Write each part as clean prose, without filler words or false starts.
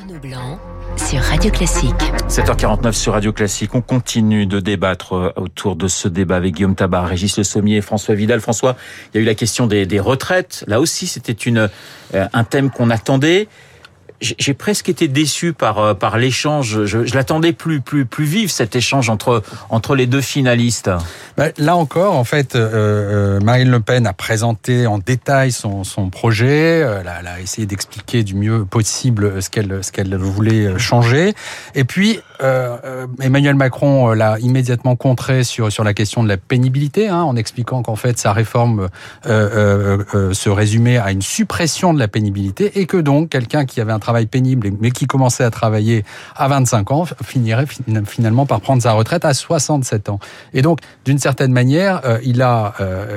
Arnaud Blanc sur Radio Classique. 7h49 sur Radio Classique. On continue de débattre autour de ce débat avec Guillaume Tabar, Régis Le Sommier et François Vidal. François, il y a eu la question des retraites. Là aussi, c'était un thème qu'on attendait. J'ai presque été déçu par l'échange. Je l'attendais plus vif, cet échange entre les deux finalistes. Là encore, en fait, Marine Le Pen a présenté en détail son projet. Elle a essayé d'expliquer du mieux possible ce qu'elle voulait changer. Et puis, Emmanuel Macron l'a immédiatement contré sur la question de la pénibilité, en expliquant qu'en fait sa réforme se résumait à une suppression de la pénibilité et que donc quelqu'un qui avait un travail pénible mais qui commençait à travailler à 25 ans finirait finalement par prendre sa retraite à 67 ans. Et donc, d'une certaine manière, il a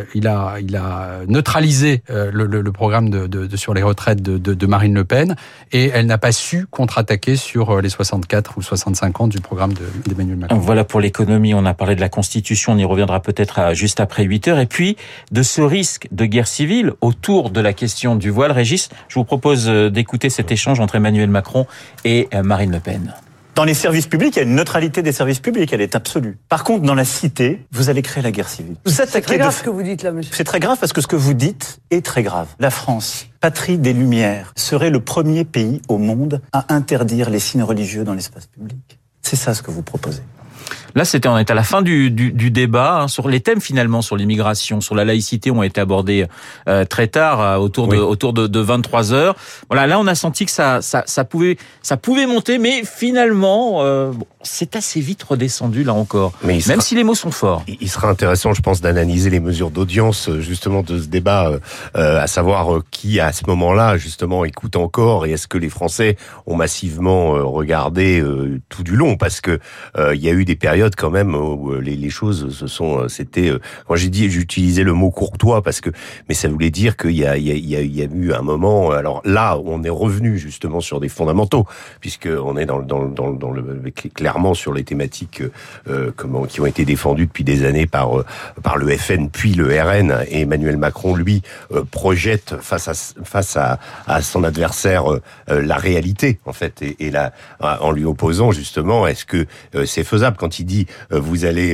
neutralisé le programme sur les retraites de Marine Le Pen et elle n'a pas su contre-attaquer sur les 64 ou 65 ans du programme d'Emmanuel Macron. Voilà pour l'économie, on a parlé de la Constitution, on y reviendra peut-être juste après 8h. Et puis, de ce risque de guerre civile autour de la question du voile. Régis, je vous propose d'écouter cet échange entre Emmanuel Macron et Marine Le Pen. Dans les services publics, il y a une neutralité des services publics, elle est absolue. Par contre, dans la cité, vous allez créer la guerre civile. C'est très grave ce que vous dites là, monsieur. C'est très grave parce que ce que vous dites est très grave. La France, patrie des Lumières, serait le premier pays au monde à interdire les signes religieux dans l'espace public. C'est ça ce que vous proposez. Là, on est à la fin du débat sur les thèmes finalement, sur l'immigration, sur la laïcité, ont été abordés très tard, autour de 23 heures. Voilà, là, on a senti que ça pouvait monter, mais finalement, c'est assez vite redescendu là encore. Même si les mots sont forts. Il sera intéressant, je pense, d'analyser les mesures d'audience justement de ce débat, à savoir qui à ce moment-là justement écoute encore et est-ce que les Français ont massivement regardé tout du long, parce que il y a eu des périodes quand même où les choses c'était quand j'utilisais le mot courtois mais ça voulait dire qu'il y a eu un moment. Alors là, on est revenu justement sur des fondamentaux, puisque on est clairement sur les thématiques qui ont été défendues depuis des années par le FN puis le RN, et Emmanuel Macron lui projette face à son adversaire la réalité en fait, et là en lui opposant justement est-ce que c'est faisable quand il dit vous allez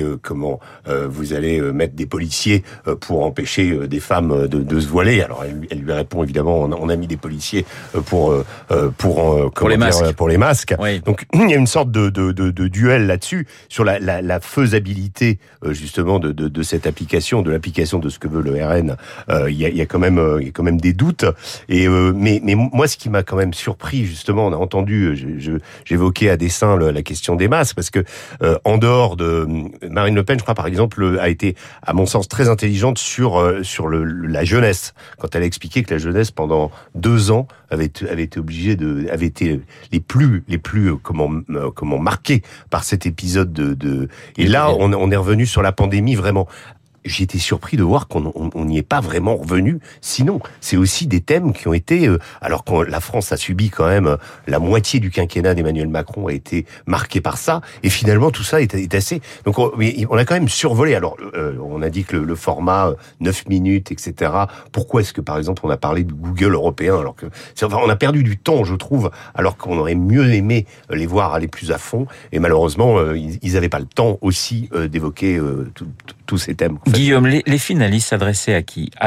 mettre des policiers pour empêcher des femmes de se voiler. Alors elle lui répond évidemment on a mis des policiers pour les masques. Oui. Donc il y a une sorte de duel là-dessus sur la faisabilité justement de cette application, de l'application de ce que veut le RN. Il y a quand même des doutes, et mais moi ce qui m'a quand même surpris justement, on a entendu, j'évoquais à dessein la question des masques, parce que en dehors de Marine Le Pen, je crois par exemple, a été à mon sens très intelligente sur la jeunesse, quand elle a expliqué que la jeunesse pendant 2 ans avait été les plus marqués par cet épisode et là on est revenu sur la pandémie vraiment. J'ai été surpris de voir qu'on n'y est pas vraiment revenu. Sinon, c'est aussi des thèmes qui ont été, alors que la France a subi quand même la moitié du quinquennat d'Emmanuel Macron a été marqué par ça, et finalement tout ça est assez. Donc on a quand même survolé. Alors on a dit que le format 9 minutes, etc. Pourquoi est-ce que par exemple on a parlé du Google européen, alors que on a perdu du temps, je trouve, alors qu'on aurait mieux aimé les voir aller plus à fond, et malheureusement ils n'avaient pas le temps aussi d'évoquer tous ces thèmes. En fait. Guillaume, les finalistes s'adressaient à qui ? À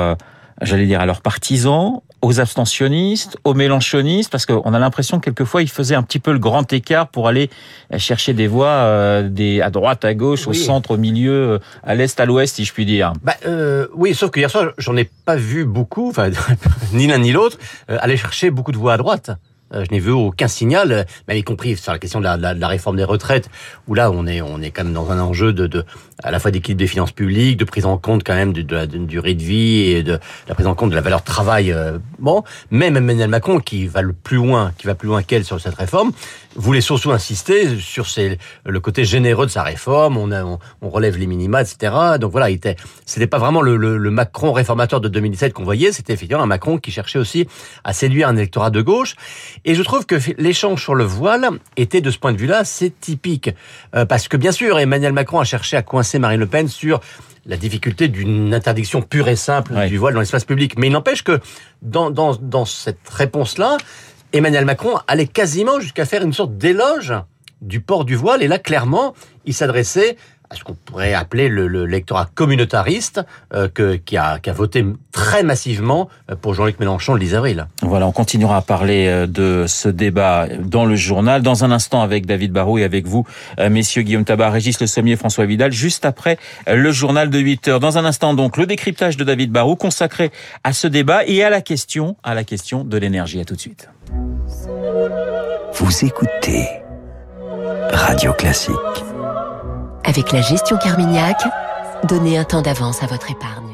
leurs partisans, aux abstentionnistes, aux mélenchonistes, parce qu'on a l'impression que quelquefois ils faisaient un petit peu le grand écart pour aller chercher des voix à droite, à gauche, au centre, au milieu, à l'est, à l'ouest, si je puis dire. Oui, sauf que hier soir, j'en ai pas vu beaucoup, ni l'un ni l'autre, aller chercher beaucoup de voix à droite. Je n'ai vu aucun signal, même y compris sur la question de la réforme des retraites, où là on est quand même dans un enjeu à la fois d'équilibre des finances publiques, de prise en compte quand même de la durée de vie et de la prise en compte de la valeur de travail. Même Emmanuel Macron, qui va plus loin qu'elle sur cette réforme, voulait surtout insister sur le côté généreux de sa réforme. On relève les minima, etc. Donc voilà, c'était pas vraiment le Macron réformateur de 2017 qu'on voyait, c'était effectivement un Macron qui cherchait aussi à séduire un électorat de gauche. Et je trouve que l'échange sur le voile était, de ce point de vue-là, c'est typique. Parce que bien sûr, Emmanuel Macron a cherché à coincer Marine Le Pen sur la difficulté d'une interdiction pure et simple du voile dans l'espace public. Mais il n'empêche que dans cette réponse-là, Emmanuel Macron allait quasiment jusqu'à faire une sorte d'éloge du port du voile. Et là, clairement, il s'adressait à ce qu'on pourrait appeler le lectorat communautariste qui a voté très massivement pour Jean-Luc Mélenchon le 10 avril. Voilà, on continuera à parler de ce débat dans le journal. Dans un instant avec David Barrault et avec vous, messieurs Guillaume Tabar, Régis Le Sommier, François Vidal, juste après le journal de 8 heures. Dans un instant donc, le décryptage de David Barrault consacré à ce débat et à la question de l'énergie. À tout de suite. Vous écoutez Radio Classique. Avec la gestion Carmignac, donnez un temps d'avance à votre épargne.